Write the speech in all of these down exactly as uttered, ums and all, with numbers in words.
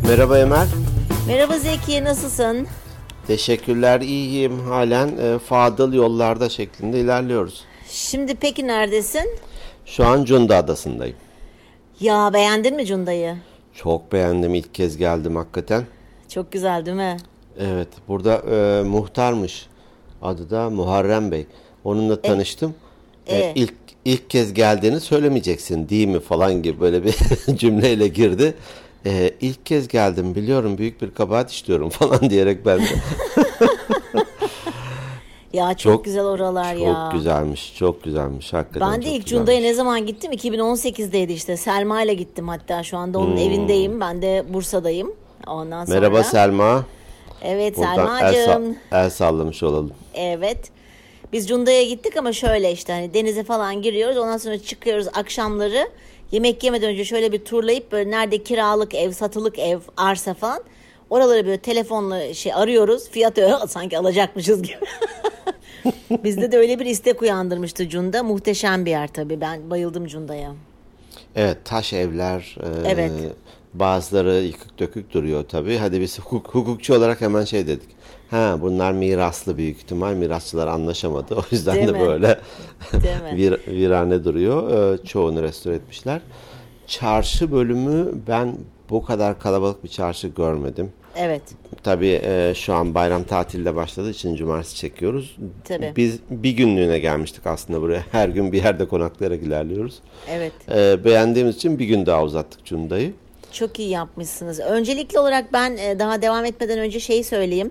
Merhaba Emel. Merhaba Zeki, nasılsın? Teşekkürler, iyiyim. Halen e, fadıl yollarda şeklinde ilerliyoruz. Şimdi peki neredesin? Şu an Cunda Adası'ndayım. Ya beğendin mi Cunda'yı? Çok beğendim, ilk kez geldim hakikaten. Çok güzel değil mi? Evet, burada e, muhtarmış. Adı da Muharrem Bey. Onunla tanıştım. E, e. ilk ilk kez geldiğini söylemeyeceksin değil mi falan gibi böyle bir cümleyle girdi. E, ilk kez geldim, biliyorum, büyük bir kabahat işliyorum falan diyerek ben de. Ya çok, çok güzel oralar çok ya. Çok güzelmiş, çok güzelmiş hakikaten. Ben de ilk güzelmiş. Cunda'ya ne zaman gittim? iki bin on sekizdeydi işte. Selma ile gittim hatta. Şu anda onun hmm. evindeyim. Ben de Bursa'dayım. Ondan sonra. Merhaba Selma. Evet Buradan Selma'cığım. El, el sallamış olalım. Evet. Biz Cunda'ya gittik ama şöyle işte hani denize falan giriyoruz. Ondan sonra çıkıyoruz akşamları. Yemek yemeden önce şöyle bir turlayıp böyle nerede kiralık ev, satılık ev, arsa falan. Oraları böyle telefonla şey arıyoruz. Fiyatı sanki alacakmışız gibi. Bizde de öyle bir istek uyandırmıştı Cunda. Muhteşem bir yer tabii. Ben bayıldım Cunda'ya. Evet, taş evler. E, evet. Bazıları yıkık dökük duruyor tabii. Hadi biz hukuk, hukukçu olarak hemen şey dedik. Ha, bunlar miraslı, büyük ihtimal mirasçılar anlaşamadı. O yüzden Değil de mi? Böyle vir, virane duruyor. E, çoğunu restore etmişler. Çarşı bölümü, ben bu kadar kalabalık bir çarşı görmedim. Evet. Tabii e, şu an bayram tatilde başladığı için cumartesi çekiyoruz. Tabii. Biz bir günlüğüne gelmiştik aslında buraya. Her gün bir yerde konaklayarak ilerliyoruz. Evet. E, beğendiğimiz için bir gün daha uzattık Cunda'yı. Çok iyi yapmışsınız. Öncelikli olarak ben e, daha devam etmeden önce şeyi söyleyeyim.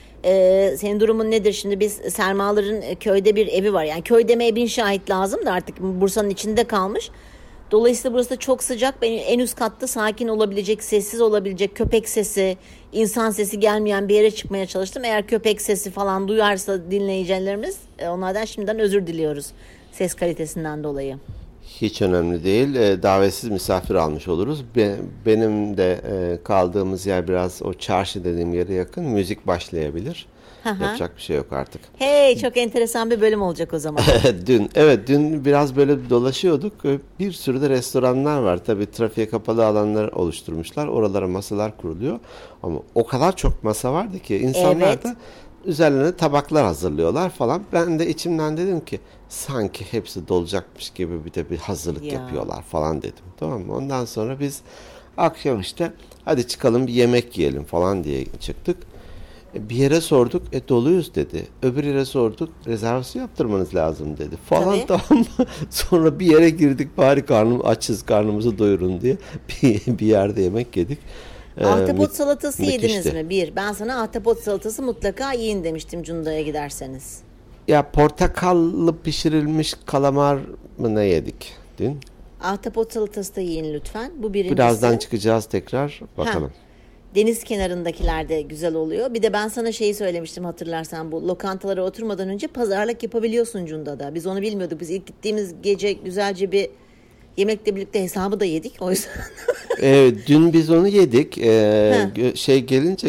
Ee, senin durumun nedir? Şimdi biz Selmaların köyde bir evi var. Yani köy demeye bin şahit lazım da artık Bursa'nın içinde kalmış. Dolayısıyla burası da çok sıcak. Ben en üst katta sakin olabilecek, sessiz olabilecek, köpek sesi, insan sesi gelmeyen bir yere çıkmaya çalıştım. Eğer köpek sesi falan duyarsa dinleyicilerimiz, onlardan şimdiden özür diliyoruz ses kalitesinden dolayı. Hiç önemli değil. E, davetsiz misafir almış oluruz. Be, benim de e, kaldığımız yer biraz o çarşı dediğim yere yakın. Müzik başlayabilir. Aha. Yapacak bir şey yok artık. Hey, çok enteresan bir bölüm olacak o zaman. dün, evet dün biraz böyle dolaşıyorduk. Bir sürü de restoranlar var. Tabii trafiğe kapalı alanlar oluşturmuşlar. Oralara masalar kuruluyor. Ama o kadar çok masa vardı ki insanlar evet. da üzerlerine tabaklar hazırlıyorlar falan. Ben de içimden dedim ki sanki hepsi dolacakmış gibi bir de bir hazırlık ya. yapıyorlar falan dedim. Tamam mı? Ondan sonra biz akşam işte hadi çıkalım bir yemek yiyelim falan diye çıktık. Bir yere sorduk, e doluyuz dedi. Öbür yere sorduk, rezervasyon yaptırmanız lazım dedi. Falan Tabii. Tamam mı? Sonra bir yere girdik, bari karnım açız, karnımızı doyurun diye bir, bir yerde yemek yedik. Ahtapot ee, salatası mü- yediniz müthişti. mi? Bir. Ben sana ahtapot salatası mutlaka yiyin demiştim Cunda'ya giderseniz. Ya portakallı pişirilmiş kalamar mı ne yedik dün? Ahtapot salatası da yiyin lütfen. Bu birincisi. Birazdan çıkacağız tekrar. Bakalım. Ha. Deniz kenarındakiler de güzel oluyor. Bir de ben sana şeyi söylemiştim hatırlarsan, bu lokantalara oturmadan önce pazarlık yapabiliyorsun Cunda'da. Biz onu bilmiyorduk. Biz ilk gittiğimiz gece güzelce bir yemekle birlikte hesabı da yedik. O yüzden. Evet, dün biz onu yedik. Ee, şey gelince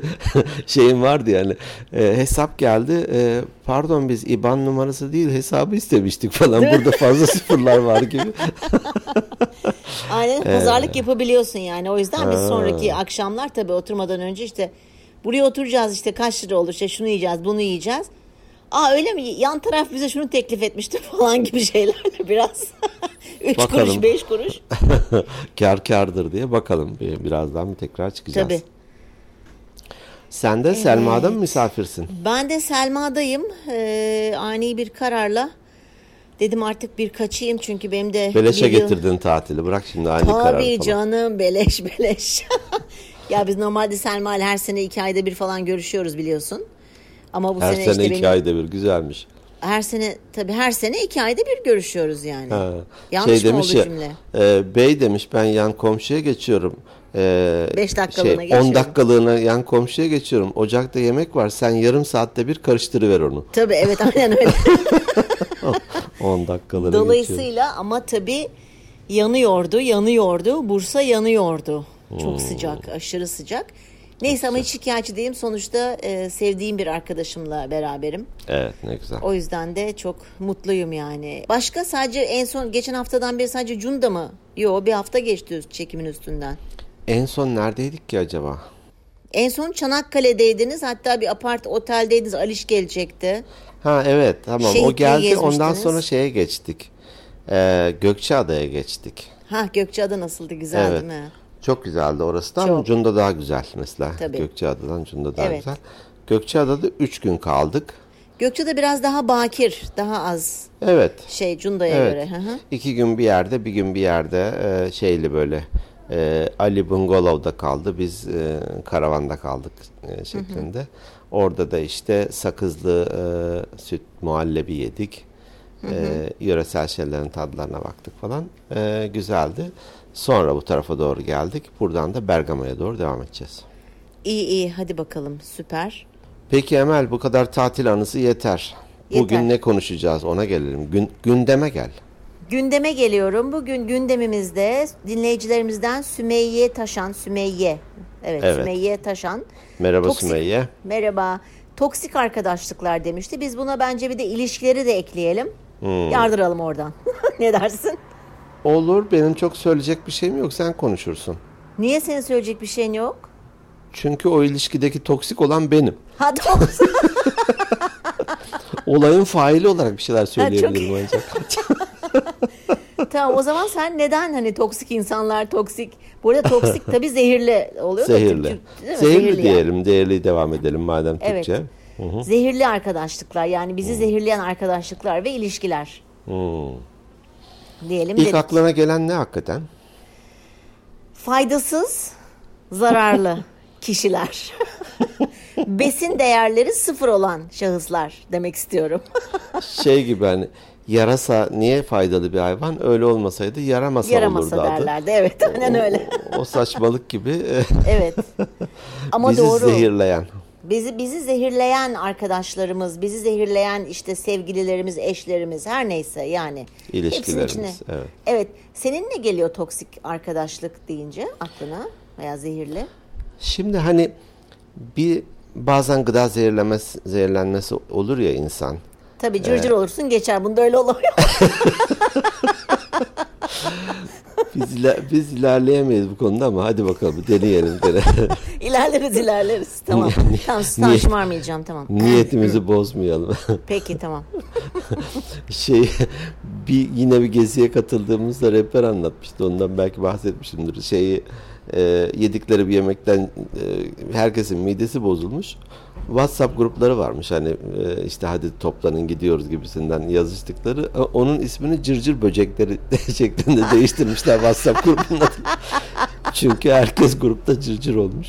şeyim vardı yani. Ee, hesap geldi. Ee, pardon biz İ B A N numarası değil hesabı istemiştik falan. Burada fazla sıfırlar var gibi. Aynen, pazarlık ee, yapabiliyorsun yani. O yüzden biz sonraki akşamlar tabii oturmadan önce işte buraya oturacağız, işte kaç lira olur, işte şunu yiyeceğiz, bunu yiyeceğiz. Aa öyle mi? Yan taraf bize şunu teklif etmişti falan gibi şeylerle biraz. Üç bakalım. Kuruş, beş kuruş. Kar kardır diye bakalım. Birazdan bir tekrar çıkacağız. Tabii. Sen de evet. Selma'da mı misafirsin? Ben de Selma'dayım. Ee, ani bir kararla dedim artık bir kaçayım çünkü benim de... Beleşe video... getirdin tatili. Bırak şimdi ani kararı falan. Tabii canım, beleş beleş. Ya biz normalde Selma ile her sene iki ayda bir falan görüşüyoruz biliyorsun. Ama bu her sene, sene işte iki benim... ayda bir, güzelmiş. Her sene tabii her sene iki ayda bir görüşüyoruz yani. Ha. Yanlış şey mı oldu ya, cümle? E, bey demiş ben yan komşuya geçiyorum. E, Beş dakikalığına şey, geçiyorum. On dakikalığına yan komşuya geçiyorum. Ocakta yemek var. Sen yarım saatte bir karıştırıver onu. Tabii evet aynen öyle. On dakikalığına Dolayısıyla geçiyorum. Ama tabii yanıyordu, yanıyordu. Bursa yanıyordu. Çok hmm. sıcak, aşırı sıcak. Neyse ama hiç şikayetçi değilim. Sonuçta e, sevdiğim bir arkadaşımla beraberim. Evet, ne güzel. O yüzden de çok mutluyum yani. Başka sadece en son geçen haftadan beri sadece Cunda mı? Yok, bir hafta geçti çekimin üstünden. En son neredeydik ki acaba? En son Çanakkale'deydiniz. Hatta bir apart oteldeydiniz. Aliş gelecekti. Ha evet tamam Şehitliği o geldi gezmiştiniz. ondan sonra şeye geçtik. Ee, Gökçeada'ya geçtik. Ha, Gökçeada nasıldı? Güzel Evet. değil mi? Çok güzeldi orası da ama Çok. Cunda daha güzel mesela. Tabii. Gökçeada'dan Cunda daha Evet. güzel. Gökçeada'da üç gün kaldık. Gökçeada biraz daha bakir. Daha az Evet. şey Cunda'ya Evet. göre. Hı hı. İki gün bir yerde, bir gün bir yerde e, şeyli böyle e, Ali Bungalov'da kaldı. Biz e, karavanda kaldık e, şeklinde. Orada da işte sakızlı e, süt muhallebi yedik. E, yöresel şeylerin tadlarına baktık falan. E, güzeldi. Sonra bu tarafa doğru geldik. Buradan da Bergama'ya doğru devam edeceğiz. İyi iyi, hadi bakalım, süper. Peki Emel, bu kadar tatil anısı yeter. Bugün Yeter. ne konuşacağız ona gelelim. Gün, gündeme gel. Gündeme geliyorum. Bugün gündemimizde dinleyicilerimizden Sümeyye Taşan, Sümeyye. Evet, Evet. Sümeyye Taşan. Merhaba Toksik- Sümeyye. Merhaba. Toksik arkadaşlıklar demişti. Biz buna bence bir de ilişkileri de ekleyelim. Hmm. Yardıralım oradan. Ne dersin? Olur, benim çok söyleyecek bir şeyim yok, sen konuşursun. Niye senin söyleyecek bir şeyin yok? Çünkü o ilişkideki toksik olan benim. Ha, toksik. Olayın faili olarak bir şeyler söyleyebilirim iyi. ancak. Tamam, o zaman sen neden hani toksik insanlar toksik? Bu arada toksik tabii zehirli oluyor da. Zehirli. Türk- değil mi? Zehirli yani. diyelim, zehirli devam edelim madem Evet. Türkçe. Zehirli arkadaşlıklar, yani bizi zehirleyen arkadaşlıklar ve ilişkiler Hmm. diyelim. İlk dedik. aklına gelen ne hakikaten? Faydasız, zararlı kişiler. Besin değerleri sıfır olan şahıslar demek istiyorum. Şey gibi hani yarasa niye faydalı bir hayvan? Öyle olmasaydı yaramasa, Yaramasa olurdu adı. derlerdi. Evet, aynen öyle. O saçmalık gibi e, Evet. Ama bizi doğru. zehirleyen. Bizi bizi zehirleyen arkadaşlarımız, bizi zehirleyen işte sevgililerimiz, eşlerimiz, her neyse yani. İlişkilerimiz, Hepsinin içine. evet. Evet. Senin ne geliyor toksik arkadaşlık deyince aklına veya zehirli? Şimdi hani bir bazen gıda zehirlemesi, zehirlenmesi olur ya insan. Tabii cırcır olursun geçer. Bunda öyle olamıyor. Biz, iler- biz ilerleyemeyiz bu konuda ama hadi bakalım deneyelim. Gene. İlerleriz ilerleriz. Tamam. Yani- Tamam, Niye- sana şımarmayacağım, tamam. Niyetimizi bozmayalım. Peki, tamam. şey bir yine bir geziye katıldığımızda rehber anlatmıştı. Ondan belki bahsetmişimdir. Şeyi e, yedikleri bir yemekten e, herkesin midesi bozulmuş. WhatsApp grupları varmış hani e, işte hadi toplanın gidiyoruz gibisinden yazıştıkları. E, Onun ismini cırcır böcekleri şeklinde değiştirmişler WhatsApp grubunda. Çünkü herkes grupta cırcır olmuş.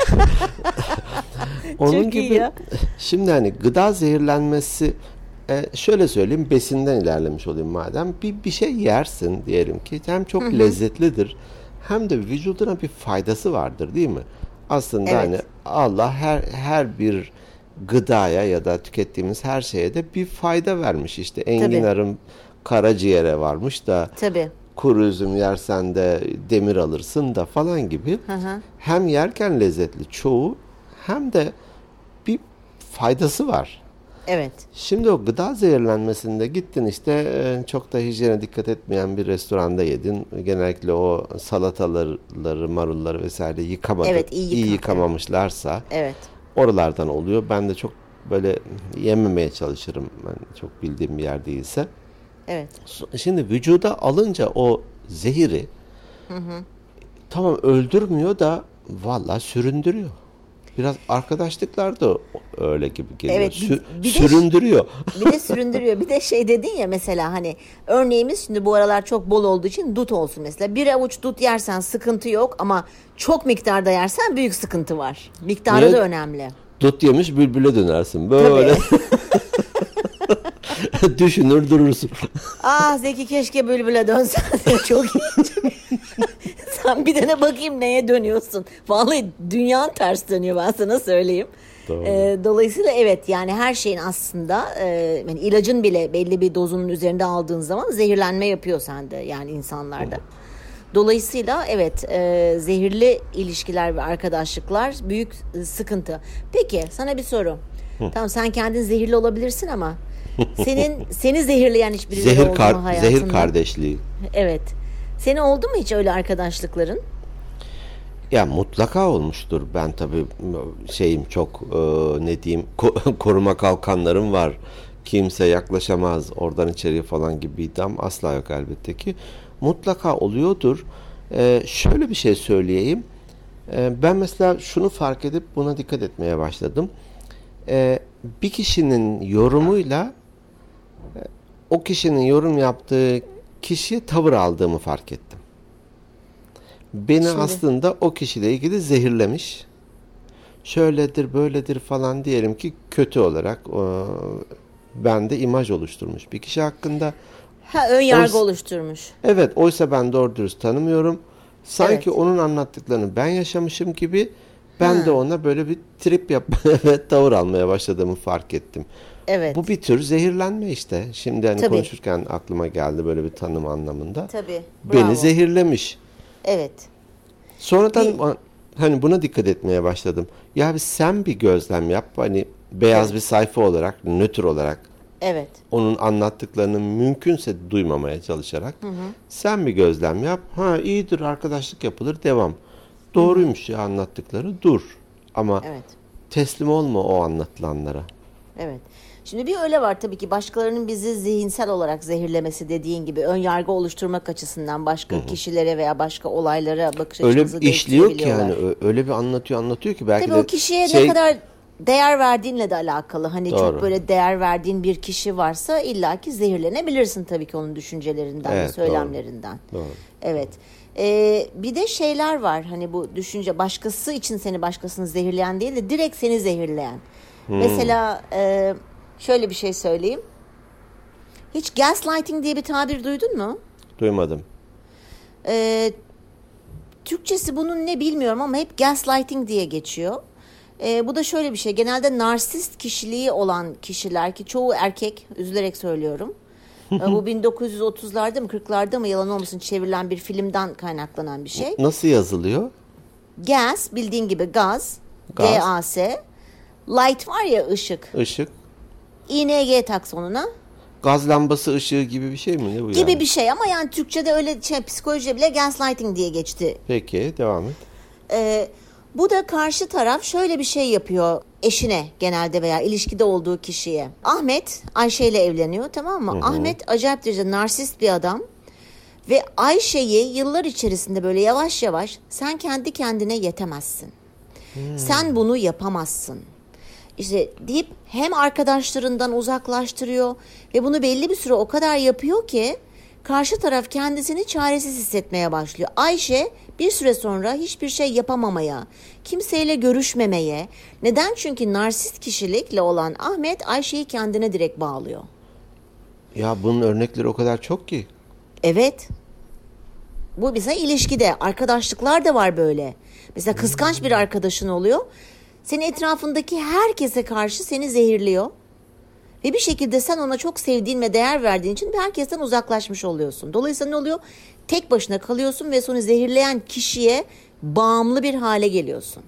Onun Çok iyi gibi ya. şimdi hani gıda zehirlenmesi e, şöyle söyleyeyim, besinden ilerlemiş olayım madem. Bir, bir şey yersin diyelim ki hem çok lezzetlidir hem de vücuduna bir faydası vardır değil mi? Aslında Evet. hani Allah her her bir gıdaya ya da tükettiğimiz her şeye de bir fayda vermiş. İşte enginarın karaciğere varmış da Tabii. kuru üzüm yersen de demir alırsın da falan gibi. Hı hı. Hem yerken lezzetli çoğu hem de bir faydası var. Evet. Şimdi o gıda zehirlenmesinde gittin işte e, çok da hijyene dikkat etmeyen bir restoranda yedin. Genellikle o salataları, marulları vesaire yıkamadı. Evet, iyi yıka- yıkamamışlarsa Evet. oralardan oluyor. Ben de çok böyle yememeye çalışırım. Ben çok bildiğim bir yer değilse. Evet. So- Şimdi vücuda alınca o zehiri tamam öldürmüyor da valla süründürüyor. Biraz arkadaşlıklar da öyle gibi geliyor. Evet, bir- Sü- bir de- süründürüyor. Bir de süründürüyor. Bir de şey dedin ya mesela, hani örneğimiz şimdi bu aralar çok bol olduğu için dut olsun mesela. Bir avuç dut yersen sıkıntı yok ama çok miktarda yersen büyük sıkıntı var. Miktarı Niye? da önemli. Dut yemiş bülbüle dönersin. Böyle düşünür durursun. Ah Zeki, keşke bülbüle dönsen. Çok iyi. Sen bir dene bakayım neye dönüyorsun. Vallahi dünyanın ters dönüyor, ben sana söyleyeyim. Doğru. Ee, dolayısıyla evet, yani her şeyin aslında e, yani ilacın bile belli bir dozunun üzerinde aldığın zaman zehirlenme yapıyor sende, yani insanlarda. Dolayısıyla evet, e, zehirli ilişkiler ve arkadaşlıklar büyük e, sıkıntı. Peki sana bir soru. Tamam, sen kendin zehirli olabilirsin ama senin seni zehirleyen hiçbiri Zehir, oldu kar- mu hayatında? zehir kardeşliği. Evet. Senin oldu mu hiç öyle arkadaşlıkların? Ya mutlaka olmuştur. Ben tabii şeyim çok e, ne diyeyim ko- koruma kalkanlarım var. Kimse yaklaşamaz oradan içeriye falan gibi bir iddiam asla yok elbette ki. Mutlaka oluyordur. E, şöyle bir şey söyleyeyim. E, ben mesela şunu fark edip buna dikkat etmeye başladım. E, bir kişinin yorumuyla e, o kişinin yorum yaptığı kişiye tavır aldığımı fark ettim. Beni Şimdi aslında o kişiyle ilgili zehirlemiş. Şöyledir, böyledir falan diyelim ki kötü olarak e, bende imaj oluşturmuş bir kişi hakkında. ha ön yargı Oysa, oluşturmuş. evet, oysa ben doğru dürüst tanımıyorum. Sanki Evet. onun anlattıklarını ben yaşamışım gibi ben Ha, de ona böyle bir trip yapmaya ve tavır almaya başladığımı fark ettim. evet. Bu bir tür zehirlenme işte. Şimdi hani Tabii. konuşurken aklıma geldi böyle bir tanım anlamında. Tabii. Beni Bravo. zehirlemiş. Evet. Sonradan Bir, a- hani buna dikkat etmeye başladım. Ya bir sen bir gözlem yap. Hani beyaz evet. bir sayfa olarak, nötr olarak Evet. onun anlattıklarını mümkünse duymamaya çalışarak sen bir gözlem yap. Ha iyidir, arkadaşlık yapılır, devam. Doğruymuş ya anlattıkları, dur. Ama Evet. teslim olma o anlatılanlara. Evet. Şimdi bir öyle var tabii ki başkalarının bizi zihinsel olarak zehirlemesi dediğin gibi ön yargı oluşturmak açısından başka kişilere veya başka olaylara bakış Öyle açımızı işliyor ki değiştirebiliyorlar. yani ö- öyle bir anlatıyor anlatıyor ki belki Tabii o de kişiye şey ne kadar değer verdiğinle de alakalı. Hani çok doğru. böyle değer verdiğin bir kişi varsa illaki zehirlenebilirsin tabii ki onun düşüncelerinden ve Evet, doğru. söylemlerinden. Doğru. Evet. Ee, bir de şeyler var hani bu düşünce başkası için seni başkasını zehirleyen değil de direkt seni zehirleyen. Mesela e, şöyle bir şey söyleyeyim. Hiç gaslighting diye bir tabir duydun mu? Duymadım. Ee, Türkçesi bunun ne bilmiyorum ama hep gaslighting diye geçiyor. Ee, bu da şöyle bir şey. Genelde narsist kişiliği olan kişiler ki çoğu erkek, üzülerek söylüyorum. Ee, bu bin dokuz yüz otuzlarda mı kırklarda mı yalan olmasın çevrilen bir filmden kaynaklanan bir şey. Nasıl yazılıyor? Gas bildiğin gibi gaz, Gaz. G A S. Light var ya ışık. Işık. I N G tak sonuna. Gaz lambası ışığı gibi bir şey mi? Ne bu Gibi yani? bir şey ama yani Türkçe'de öyle şey, psikolojide bile gaslighting diye geçti. Peki devam et. Ee, bu da karşı taraf şöyle bir şey yapıyor eşine genelde veya ilişkide olduğu kişiye. Ahmet Ayşe ile evleniyor, tamam mı? Ahmet acayip derece narsist bir adam ve Ayşe'yi yıllar içerisinde böyle yavaş yavaş sen kendi kendine yetemezsin. Sen bunu yapamazsın. İşte deyip hem arkadaşlarından uzaklaştırıyor ve bunu belli bir süre o kadar yapıyor ki karşı taraf kendisini çaresiz hissetmeye başlıyor. Ayşe bir süre sonra hiçbir şey yapamamaya, kimseyle görüşmemeye, neden? Çünkü narsist kişilikle olan Ahmet Ayşe'yi kendine direkt bağlıyor. Ya bunun örnekleri o kadar çok ki. Evet. Bu mesela ilişkide, arkadaşlıklar da var böyle. Mesela kıskanç bir arkadaşın oluyor. Senin etrafındaki herkese karşı seni zehirliyor. Ve bir şekilde sen ona çok sevdiğin ve değer verdiğin için herkesten uzaklaşmış oluyorsun. Dolayısıyla ne oluyor? Tek başına kalıyorsun ve sonra zehirleyen kişiye bağımlı bir hale geliyorsun.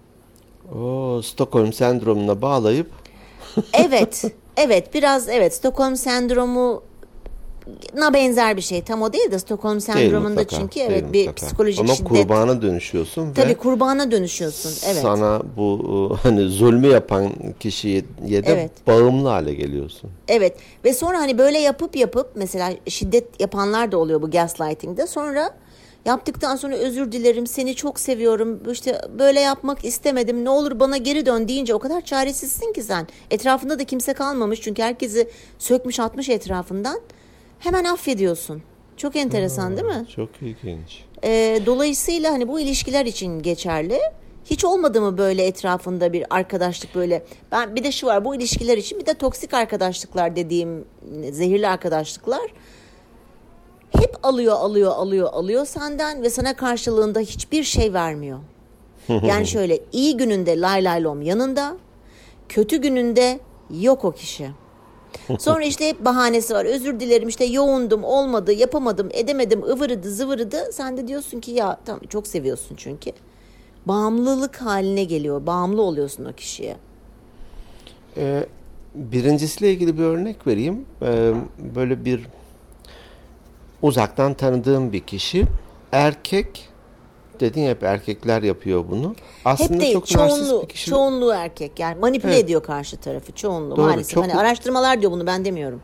O Stockholm sendromuna bağlayıp Evet, evet biraz evet Stockholm sendromu na benzer bir şey. Tam o değil de Stockholm değil sendromunda mutlaka. çünkü değil evet bir mutlaka. psikolojik Ama şiddet. kurbana dönüşüyorsun Tabii ve kurbana dönüşüyorsun. Evet. sana bu hani zulmü yapan kişiye de Evet. bağımlı hale geliyorsun. Evet ve sonra hani böyle yapıp yapıp mesela şiddet yapanlar da oluyor bu gaslighting'de. Sonra yaptıktan sonra özür dilerim, seni çok seviyorum, işte böyle yapmak istemedim, ne olur bana geri dön deyince o kadar çaresizsin ki sen. Etrafında da kimse kalmamış çünkü herkesi sökmüş atmış etrafından. Hemen affediyorsun. Çok enteresan değil mi? Çok ilginç. Ee, dolayısıyla hani bu ilişkiler için geçerli. Hiç olmadı mı böyle etrafında bir arkadaşlık böyle? Ben bir de şu var bu ilişkiler için bir de toksik arkadaşlıklar dediğim zehirli arkadaşlıklar. Hep alıyor alıyor alıyor alıyor senden ve sana karşılığında hiçbir şey vermiyor. Yani şöyle iyi gününde lay lay lom yanında, kötü gününde yok o kişi. Sonra işte hep bahanesi var. Özür dilerim işte yoğundum, olmadı, yapamadım, edemedim, ıvırıdı, zıvırıdı. Sen de diyorsun ki ya tamam çok seviyorsun çünkü. Bağımlılık haline geliyor. Bağımlı oluyorsun o kişiye. Ee, birincisiyle ilgili bir örnek vereyim. Ee, böyle bir uzaktan tanıdığım bir kişi, erkek, dedin ya, hep erkekler yapıyor bunu. Aslında Hep değil, çok narsist çoğunluğu, bir kişi. çoğunluğu erkek. Yani manipüle Evet. ediyor karşı tarafı, çoğunluğu Doğru, maalesef. çok- Hani araştırmalar diyor bunu, ben demiyorum.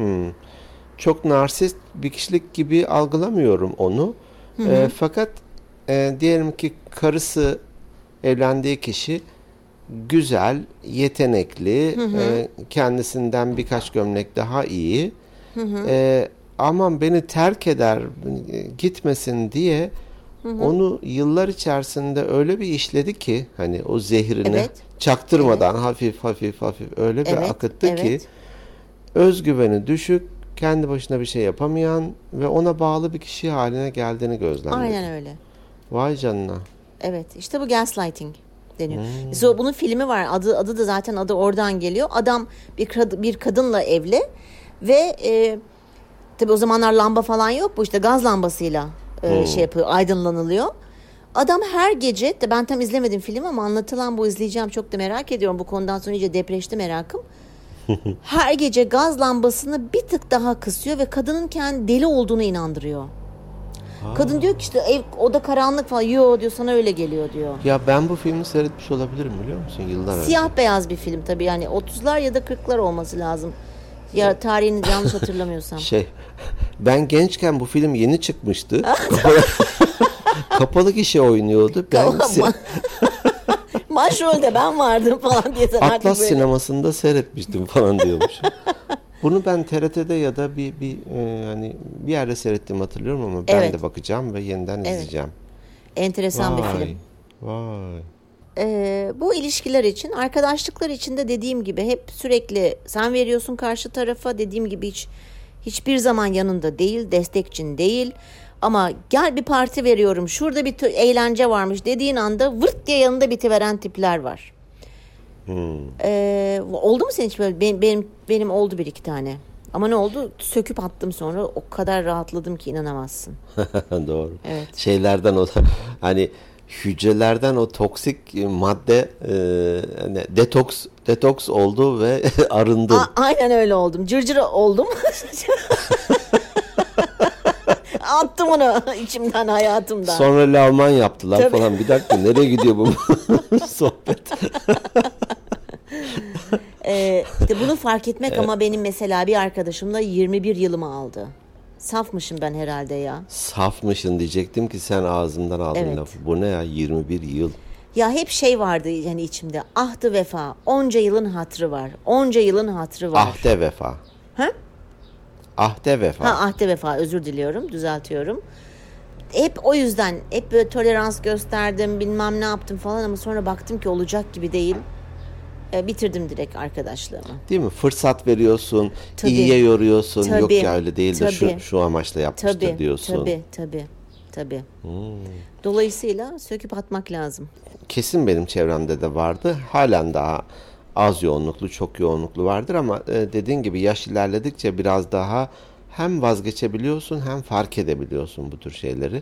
Çok narsist bir kişilik gibi algılamıyorum onu. E, fakat e, diyelim ki karısı, evlendiği kişi güzel, yetenekli, e, kendisinden birkaç gömlek daha iyi. E, aman beni terk eder, e, gitmesin diye onu yıllar içerisinde öyle bir işledi ki, hani o zehrini Evet. çaktırmadan hafif hafif hafif öyle bir Evet, akıttı ki evet. özgüveni düşük, kendi başına bir şey yapamayan ve ona bağlı bir kişi haline geldiğini gözlemledim. Aynen öyle. Vay canına. Evet, işte bu gaslighting deniyor. Hmm. Mesela bunun filmi var. Adı adı da zaten adı oradan geliyor. Adam bir kad- bir kadınla evli ve e, tabii o zamanlar lamba falan yok. Bu işte gaz lambasıyla e, şey yapıyor, aydınlanılıyor. Adam her gece, de ben tam izlemedim film ama anlatılan bu, izleyeceğim, çok da merak ediyorum. Bu konudan sonra iyice depreşti merakım. Her gece gaz lambasını bir tık daha kısıyor ve kadının kendi deli olduğunu inandırıyor. Kadın diyor ki işte ev oda karanlık falan. Yo diyor, sana öyle geliyor diyor. Ya ben bu filmi seyretmiş olabilirim, biliyor musun? Yıllar önce. Siyah beyaz bir film tabii, yani otuzlar ya da kırklar olması lazım. Ya tarihini yanlış hatırlamıyorsam. Şey, ben gençken bu film yeni çıkmıştı. Kapalı gişe oynuyordu. Ben se- Başrolde ben vardım falan diye sen artık Atlas böyle. sinemasında seyretmiştim falan diyormuş. Bunu ben T R T'de ya da bir bir e, hani bir yerde seyrettiğimi hatırlıyorum ama ben Evet. de bakacağım ve yeniden Evet. izleyeceğim. Enteresan bir Vay, film. Vay. Ee, bu ilişkiler için, arkadaşlıklar için de dediğim gibi hep sürekli sen veriyorsun karşı tarafa, dediğim gibi hiç hiçbir zaman yanında değil, destekçin değil. Ama gel bir parti veriyorum, şurada bir tö- eğlence varmış dediğin anda vırt diye yanında bitiveren tipler var. Ee, oldu mu senin hiç böyle? Benim, benim, benim oldu bir iki tane. Ama ne oldu? Söküp attım sonra, o kadar rahatladım ki inanamazsın. Doğru. Evet. Şeylerden o hani hücrelerden o toksik madde e, hani detoks detoks oldu ve arındı. A- aynen öyle oldum. Cırcır oldum. Attım onu içimden, hayatımdan. Sonra lavman yaptılar Tabii. falan. Bir dakika, nereye gidiyor bu sohbet? Ee, işte bunu fark etmek ama benim mesela bir arkadaşımla yirmi bir yılımı aldı. Safmışım ben herhalde ya. Safmışın diyecektim ki sen ağzımdan aldın Evet. lafı. Bu ne ya, yirmi bir yıl. Ya hep şey vardı yani içimde. Ahdı vefa. Onca yılın hatrı var. Onca yılın hatrı var. Ahde vefa. Ha? Ahde vefa. Ha, ahde vefa, özür diliyorum, düzeltiyorum. Hep o yüzden hep böyle tolerans gösterdim, bilmem ne yaptım falan ama sonra baktım ki olacak gibi değil. Ee, bitirdim direkt arkadaşlığımı. Değil mi? Fırsat veriyorsun, Tabii. iyiye yoruyorsun. Tabii. Yok ya, öyle değil de Tabii. şu, şu amaçla yapmıştır Tabii, diyorsun. tabii, tabii, tabii. Dolayısıyla söküp atmak lazım. Kesin benim çevremde de vardı. Halen daha az yoğunluklu, çok yoğunluklu vardır ama e, dediğin gibi yaş ilerledikçe biraz daha hem vazgeçebiliyorsun hem fark edebiliyorsun bu tür şeyleri.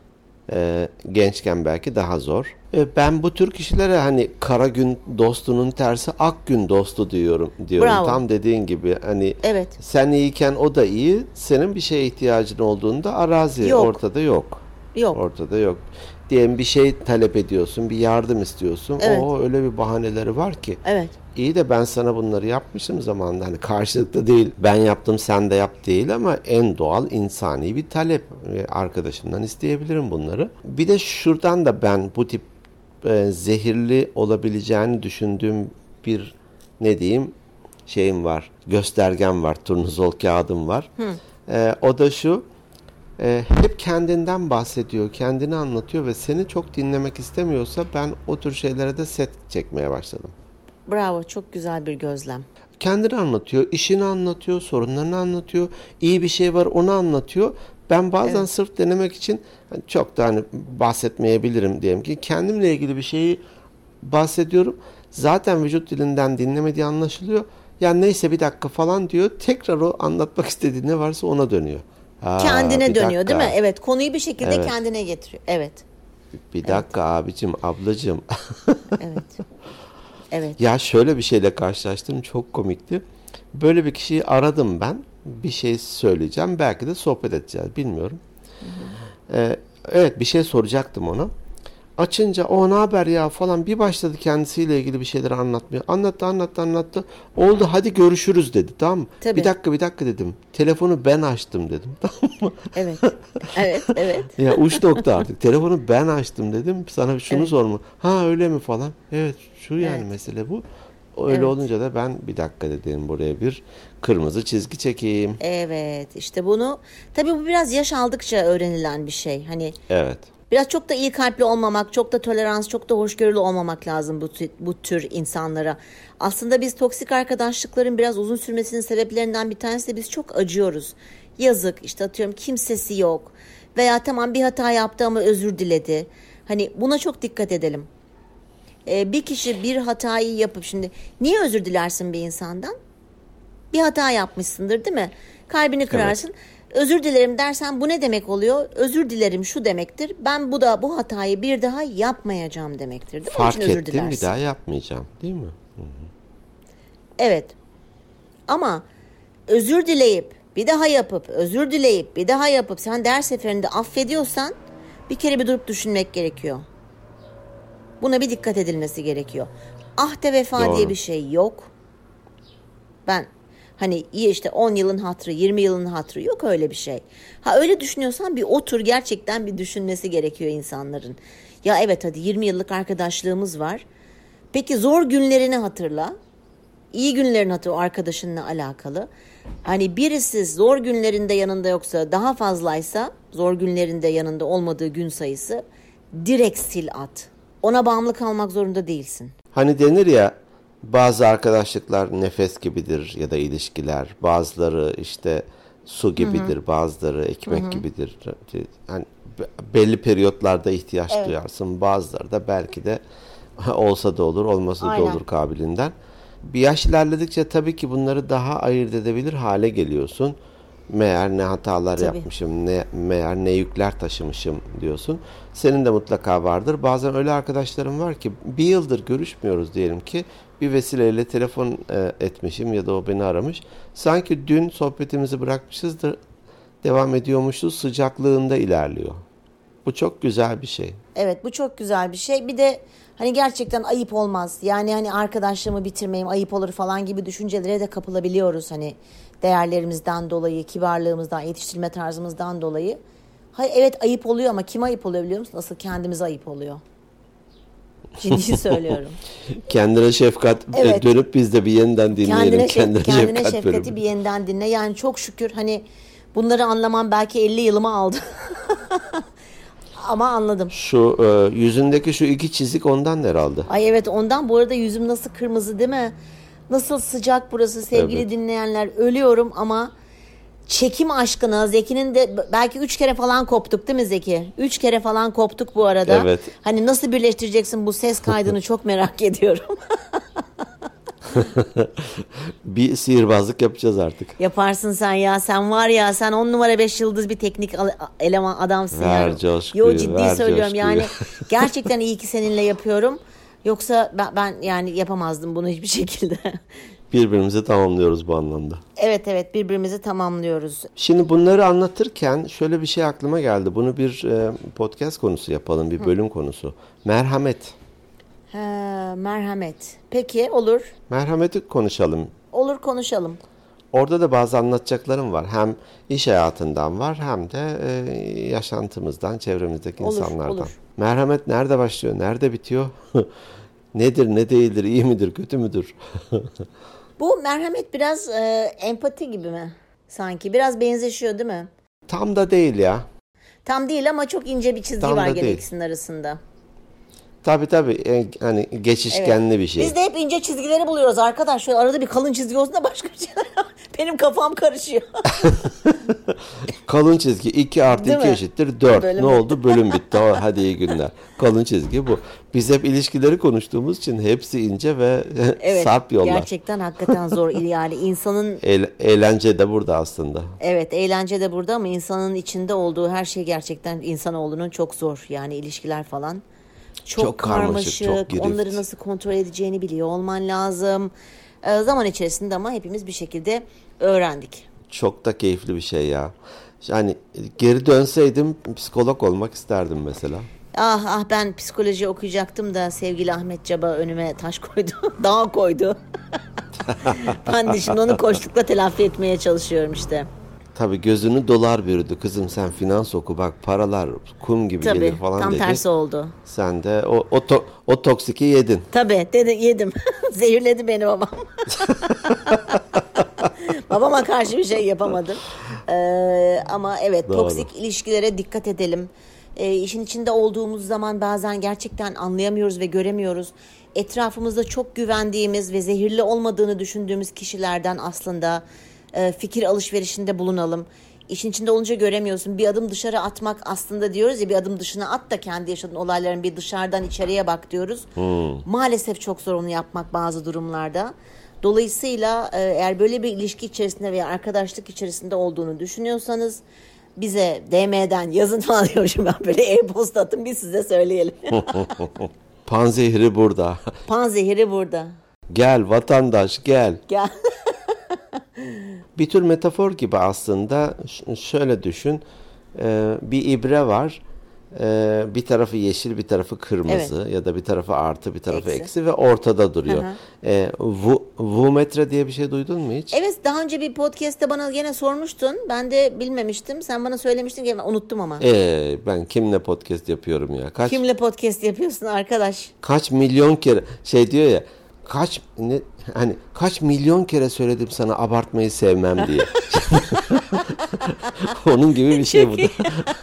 E, gençken belki daha zor. E, ben bu tür kişilere hani kara gün dostunun tersi ak gün dostu diyorum diyorum. Bravo. Tam dediğin gibi hani Evet. sen iyiyken o da iyi. Senin bir şeye ihtiyacın olduğunda arazi Yok. ortada yok. Yok. Ortada yok. Diyelim bir şey talep ediyorsun, bir yardım istiyorsun. Evet. O öyle bir bahaneleri var ki. Evet. İyi de ben sana bunları yapmışım zamanında. Hani karşılıklı değil, ben yaptım sen de yap değil ama en doğal insani bir talep. Ee, Arkadaşımdan isteyebilirim bunları. Bir de şuradan da ben bu tip e, zehirli olabileceğini düşündüğüm bir ne diyeyim şeyim var. Göstergem var, turnuzol kağıdım var. Ee, o da şu. Ee, hep kendinden bahsediyor, kendini anlatıyor ve seni çok dinlemek istemiyorsa ben o tür şeylere de set çekmeye başladım. Bravo, çok güzel bir gözlem. Kendini anlatıyor, işini anlatıyor, sorunlarını anlatıyor, iyi bir şey var onu anlatıyor. Ben bazen Evet. sırf denemek için hani çok da hani bahsetmeyebilirim diyelim ki kendimle ilgili bir şeyi bahsediyorum. Zaten vücut dilinden dinlemediği anlaşılıyor. Yani neyse bir dakika falan diyor. Tekrar o anlatmak istediği ne varsa ona dönüyor. Ha, Kendine bir dönüyor değil mi? dakika. Evet, konuyu bir şekilde Evet. kendine getiriyor. Evet. Bir dakika abicim, ablacığım. Evet. Evet. Ya şöyle bir şeyle karşılaştım, çok komikti. Böyle bir kişiyi aradım ben. Bir şey söyleyeceğim. Belki de sohbet edeceğiz. Bilmiyorum. Ee, evet, bir şey soracaktım ona. Açınca o ne haber ya falan bir başladı kendisiyle ilgili bir şeyleri anlatmaya. Anlattı anlattı anlattı. Oldu hadi görüşürüz dedi, tamam mı? Tabii. Bir dakika bir dakika dedim. Telefonu ben açtım dedim. Tamam mı? Evet. Evet, evet. Ya uç nokta artık. Telefonu ben açtım dedim. Sana şunu Evet. sorma. Ha öyle mi falan. Evet şu yani Evet. mesele bu. Öyle Evet. olunca da ben bir dakika dedim buraya bir kırmızı çizgi çekeyim. Evet, işte bunu tabii bu biraz yaş aldıkça öğrenilen bir şey. Hani Evet. biraz çok da iyi kalpli olmamak, çok da tolerans, çok da hoşgörülü olmamak lazım bu, tü- bu tür insanlara. Aslında biz toksik arkadaşlıkların biraz uzun sürmesinin sebeplerinden bir tanesi de biz çok acıyoruz. Yazık, işte atıyorum kimsesi yok veya tamam bir hata yaptı ama özür diledi. Hani buna çok dikkat edelim. Ee, bir kişi bir hatayı yapıp şimdi niye özür dilersin bir insandan? Bir hata yapmışsındır değil mi? Kalbini kırarsın. Özür dilerim dersen bu ne demek oluyor? Özür dilerim şu demektir. Ben bu da bu hatayı bir daha yapmayacağım demektir. Değil mi? Onun Fark için özür ettim dilersin. bir daha yapmayacağım değil mi? Evet. Ama özür dileyip bir daha yapıp özür dileyip bir daha yapıp sen der seferinde affediyorsan bir kere bir durup düşünmek gerekiyor. Buna bir dikkat edilmesi gerekiyor. Ahde vefa Doğru. diye bir şey yok. Ben hani iyi işte on yılın hatırı, yirmi yılın hatırı yok öyle bir şey. Ha öyle düşünüyorsan bir otur gerçekten bir düşünmesi gerekiyor insanların. Ya evet hadi yirmi yıllık arkadaşlığımız var. Peki zor günlerini hatırla. İyi günlerini hatırla o arkadaşınla alakalı. Hani birisi zor günlerinde yanında yoksa daha fazlaysa zor günlerinde yanında olmadığı gün sayısı direkt sil at. Ona bağımlı kalmak zorunda değilsin. Hani denir ya bazı arkadaşlıklar nefes gibidir ya da ilişkiler. Bazıları işte su gibidir, hı hı. Bazıları ekmek hı hı. gibidir. Yani belli periyotlarda ihtiyaç evet. duyarsın. Bazıları da belki de olsa da olur, olmasa Aynen. da olur kabiliğinden. Bir yaş ilerledikçe tabii ki bunları daha ayırt edebilir hale geliyorsun. Meğer ne hatalar Tabii. yapmışım, ne meğer ne yükler taşımışım diyorsun. Senin de mutlaka vardır. Bazen öyle arkadaşlarım var ki bir yıldır görüşmüyoruz diyelim ki bir vesileyle telefon e, etmişim ya da o beni aramış. Sanki dün sohbetimizi bırakmışız da devam ediyormuşuz sıcaklığında ilerliyor. Bu çok güzel bir şey. Evet bu çok güzel bir şey. Bir de hani gerçekten ayıp olmaz. Yani hani arkadaşlığımı bitirmeyeyim ayıp olur falan gibi düşüncelere de kapılabiliyoruz. Hani değerlerimizden dolayı, kibarlığımızdan, yetiştirme tarzımızdan dolayı. Hayır evet ayıp oluyor ama kime ayıp oluyor biliyor musun? Asıl kendimize ayıp oluyor. Ciddi söylüyorum. Kendine şefkat evet. dönüp biz de bir yeniden dinleyelim. Kendine, şef, kendine, kendine şefkat şefkati bölümü. bir yeniden dinle. Yani çok şükür hani bunları anlamam belki elli yılımı aldı. Ama anladım. Şu e, yüzündeki şu iki çizik ondan herhalde. Ay evet ondan. Bu arada yüzüm nasıl kırmızı değil mi? Nasıl sıcak burası sevgili evet. dinleyenler. Ölüyorum ama çekim aşkına Zeki'nin de belki üç kere falan koptuk değil mi Zeki? Üç kere falan koptuk bu arada. Evet. Hani nasıl birleştireceksin bu ses kaydını çok merak ediyorum. Bir sihirbazlık yapacağız artık. Yaparsın sen ya. Sen var ya sen on numara beş yıldız bir teknik eleman adamsın. Ver ya. coşkuyu. Yo ciddi ver söylüyorum coşkuyu. yani. Gerçekten iyi ki seninle yapıyorum. Yoksa ben, ben yani yapamazdım bunu hiçbir şekilde. Birbirimizi tamamlıyoruz bu anlamda. Evet evet birbirimizi tamamlıyoruz. Şimdi bunları anlatırken şöyle bir şey aklıma geldi. Bunu bir e, podcast konusu yapalım. Bir bölüm Hı. konusu. Merhamet. He, merhamet. Peki olur. Merhameti konuşalım. Olur konuşalım. Orada da bazı anlatacaklarım var. Hem iş hayatından var hem de e, yaşantımızdan, çevremizdeki olur, insanlardan. Olur. Merhamet nerede başlıyor, nerede bitiyor? Nedir, ne değildir, iyi midir, kötü müdür? Bu merhamet biraz e, empati gibi mi? Sanki biraz benzeşiyor değil mi? Tam da değil ya. Tam değil ama çok ince bir çizgi Tam var da gene değil. ikisinin arasında. Tabii tabii e, hani geçişkenli evet. bir şey. Biz de hep ince çizgileri buluyoruz arkadaş. Şöyle arada bir kalın çizgi olsun da başka bir şey. Benim kafam karışıyor. Kalın çizgi iki artı Değil iki mi? eşittir dört. Bölüm Ne oldu? Bölüm bitti. Hadi iyi günler. Kalın çizgi bu. Biz hep ilişkileri konuştuğumuz için hepsi ince ve evet, sarp yollar. Gerçekten hakikaten zor. Yani insanın... E- eğlence de burada aslında. Evet eğlence de burada ama insanın içinde olduğu her şey gerçekten insanoğlunun çok zor. Yani ilişkiler falan. Çok, çok karmaşık, karmaşık çok onları nasıl kontrol edeceğini biliyor olman lazım. Ee, zaman içerisinde ama hepimiz bir şekilde öğrendik. Çok da keyifli bir şey ya. Yani geri dönseydim psikolog olmak isterdim mesela. Ah ah ben psikoloji okuyacaktım da sevgili Ahmet Caba önüme taş koydu. Dağ koydu. Ben de şimdi onu koçlukla telafi etmeye çalışıyorum işte. Tabii gözünü dolar bürüdü. Kızım sen finans oku bak paralar kum gibi Tabii, gelir falan tam dedi. tersi oldu. Sen de o, o, to, o toksiki yedin. Tabii dedi, yedim. Zehirledi beni babam. Babama karşı bir şey yapamadım. Ee, ama evet Doğru. toksik ilişkilere dikkat edelim. Ee, işin içinde olduğumuz zaman bazen gerçekten anlayamıyoruz ve göremiyoruz. Etrafımızda çok güvendiğimiz ve zehirli olmadığını düşündüğümüz kişilerden aslında e, fikir alışverişinde bulunalım. İşin içinde olunca göremiyorsun. Bir adım dışarı atmak aslında diyoruz ya, bir adım dışına at da kendi yaşadığın olayların bir dışarıdan içeriye bak diyoruz. Hmm. Maalesef çok zor onu yapmak bazı durumlarda. Dolayısıyla eğer böyle bir ilişki içerisinde veya arkadaşlık içerisinde olduğunu düşünüyorsanız bize D M'den yazın falan diyormuşum ben, böyle e-posta atın biz size söyleyelim. Panzehiri burada. Panzehiri burada. Gel vatandaş gel. Gel. Bir tür metafor gibi aslında. Ş- şöyle düşün. Ee, bir ibre var. Ee, bir tarafı yeşil, bir tarafı kırmızı, evet. Ya da bir tarafı artı, bir tarafı eksi, eksi ve ortada duruyor. Ee, vu, vumetre diye bir şey duydun mu hiç? Evet, daha önce bir podcast'te bana gene sormuştun. Ben de bilmemiştim. Sen bana söylemiştin ki unuttum ama. Ee, ben kimle podcast yapıyorum ya? Kaç, kimle podcast yapıyorsun arkadaş? Kaç milyon kere şey diyor ya. Kaç ne hani kaç milyon kere söyledim sana abartmayı sevmem diye. Onun gibi bir şey bu da.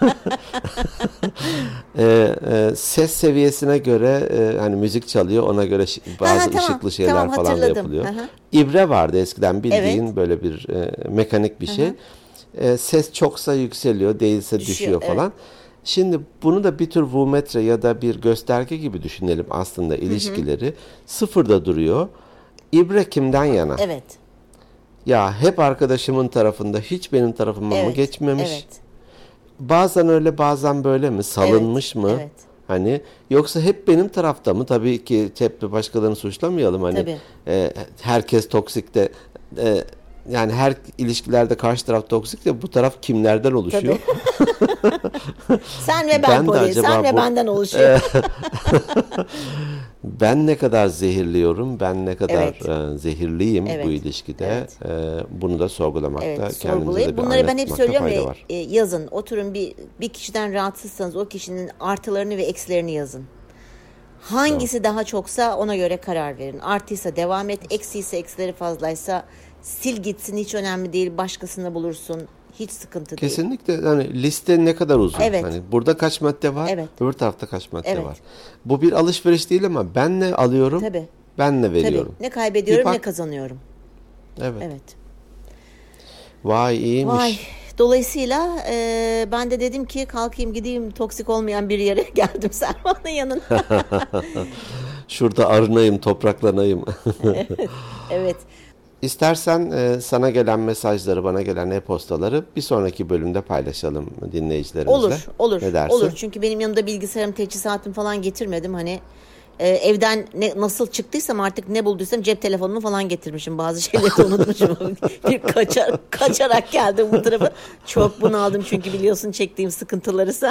e, e, ses seviyesine göre e, hani müzik çalıyor, ona göre şi- bazı Aha, tamam, ışıklı şeyler tamam, falan da yapılıyor. Aha. İbre vardı eskiden bildiğin, evet. Böyle bir e, mekanik bir şey. E, ses çoksa yükseliyor, değilse düşüyor, düşüyor falan. Evet. Şimdi bunu da bir tür vumetre ya da bir gösterge gibi düşünelim aslında ilişkileri. Hı hı. Sıfırda duruyor. İbre kimden yana? Evet. Ya hep arkadaşımın tarafında, hiç benim tarafıma evet. mı geçmemiş? Evet. Bazen öyle, bazen böyle mi? Salınmış evet. mı? Evet. Hani yoksa hep benim tarafta mı? Tabii ki hep başkalarını suçlamayalım. Hani e, herkes toksik de e, yani her ilişkilerde karşı taraf toksik de bu taraf kimlerden oluşuyor? Sen ve ben, ben Poli, sen ve bu, benden oluşuyor. Ben ne kadar zehirliyorum, ben ne kadar evet. e, zehirliyim evet. bu ilişkide. Evet. E, bunu da sorgulamakta, evet, kendimize de bir bunları ben hep söylüyorum ya, e, yazın, oturun bir bir kişiden rahatsızsanız o kişinin artılarını ve eksilerini yazın. Hangisi evet. daha çoksa ona göre karar verin. Artıysa devam et, eksiyse, eksileri fazlaysa sil gitsin, hiç önemli değil, başkasını bulursun. Hiç sıkıntı değil. Kesinlikle, hani liste ne kadar uzun. Evet. Hani burada kaç madde var, evet. öbür tarafta kaç madde evet. var. Bu bir alışveriş değil ama ben ne alıyorum, tabii. ben ne veriyorum. Tabii. Ne kaybediyorum, bak... ne kazanıyorum. Evet. Evet. Vay iyiymiş. Vay. Dolayısıyla e, ben de dedim ki kalkayım gideyim toksik olmayan bir yere, geldim Selma'nın yanına. Şurada arınayım, topraklanayım. Evet. Evet. İstersen e, sana gelen mesajları, bana gelen e-postaları bir sonraki bölümde paylaşalım dinleyicilerimizle. Olur, olur. Ne dersin? Olur. Çünkü benim yanımda bilgisayarım, teçhizatım falan getirmedim. Hani e, evden ne, nasıl çıktıysam artık, ne bulduysam cep telefonumu falan getirmişim. Bazı şeyleri de unutmuşum. bir kaçar, kaçarak geldim bu tarafa. Çok bunaldım çünkü biliyorsun çektiğim sıkıntıları sen.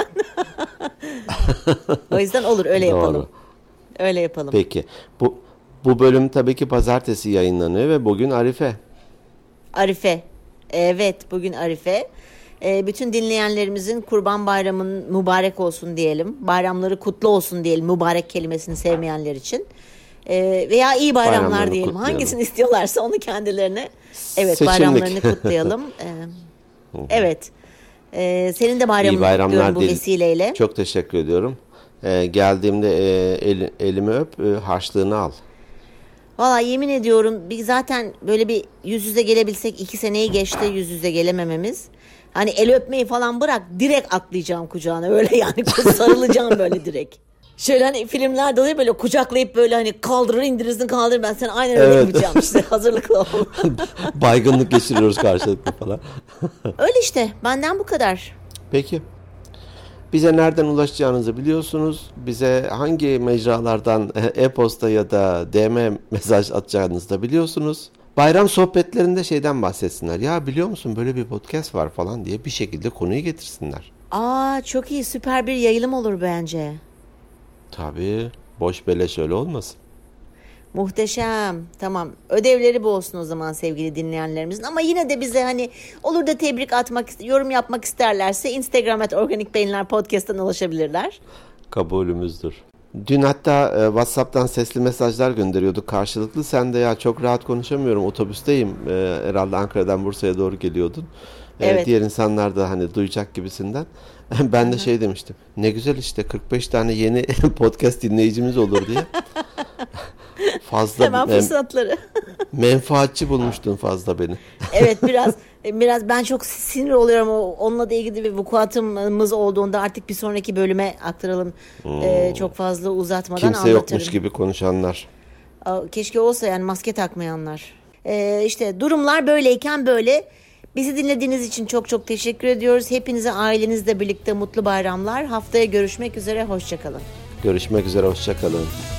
O yüzden olur, öyle yapalım. Doğru. Öyle yapalım. Peki. Bu Bu bölüm tabii ki pazartesi yayınlanıyor ve bugün Arife. Arife. Evet, bugün Arife. Ee, bütün dinleyenlerimizin Kurban Bayramı'nın mübarek olsun diyelim. Bayramları kutlu olsun diyelim, mübarek kelimesini sevmeyenler için. Ee, veya iyi bayramlar diyelim. Kutlayalım. Hangisini istiyorlarsa onu kendilerine. Evet, Seçimlik. Bayramlarını kutlayalım. Ee, evet. Ee, senin de bayramını kutluyorum bu değil. Vesileyle. Çok teşekkür ediyorum. Ee, geldiğimde e, el, elimi öp, e, harçlığını al. Valla yemin ediyorum, bir zaten böyle bir yüz yüze gelebilsek, iki seneyi geçti yüz yüze gelemememiz. Hani el öpmeyi falan bırak, direkt atlayacağım kucağına, öyle yani sarılacağım böyle direkt. Şöyle hani filmlerde oluyor, böyle kucaklayıp böyle hani kaldırır indirirsin kaldırır, ben seni aynen öyle evet. yapacağım işte, hazırlıklı ol. Baygınlık geçiriyoruz karşılıklı falan. Öyle işte, benden bu kadar. Peki. Bize nereden ulaşacağınızı biliyorsunuz. Bize hangi mecralardan e-posta ya da D M mesaj atacağınızı da biliyorsunuz. Bayram sohbetlerinde şeyden bahsetsinler. Ya biliyor musun böyle bir podcast var falan diye bir şekilde konuyu getirsinler. Aa, çok iyi, süper bir yayılım olur bence. Tabii. Boş beleş öyle olmasın. Muhteşem. Tamam. Ödevleri bu olsun o zaman sevgili dinleyenlerimizin. Ama yine de bize hani olur da tebrik atmak, yorum yapmak isterlerse Instagram et Organik Beyinler Podcast'tan ulaşabilirler. Kabulümüzdür. Dün hatta e, WhatsApp'tan sesli mesajlar gönderiyorduk karşılıklı. Sen de ya çok rahat konuşamıyorum, otobüsteyim. E, herhalde Ankara'dan Bursa'ya doğru geliyordun. E, Evet. Diğer insanlar da hani duyacak gibisinden. Ben de Hı-hı. şey demiştim. Ne güzel işte kırk beş tane yeni podcast dinleyicimiz olur diye. Fazla Hemen fırsatları. Menfaatçi bulmuştun fazla beni. Evet biraz biraz ben çok sinir oluyorum. Onunla da ilgili bir vukuatımız olduğunda artık bir sonraki bölüme aktaralım. Hmm. Ee, çok fazla uzatmadan Kimse anlatırım. Kimse yokmuş gibi konuşanlar. Keşke olsa yani maske takmayanlar. Ee, işte durumlar böyleyken böyle. Bizi dinlediğiniz için çok çok teşekkür ediyoruz. Hepinize ailenizle birlikte mutlu bayramlar. Haftaya görüşmek üzere. Hoşça kalın. Görüşmek üzere. Hoşça kalın.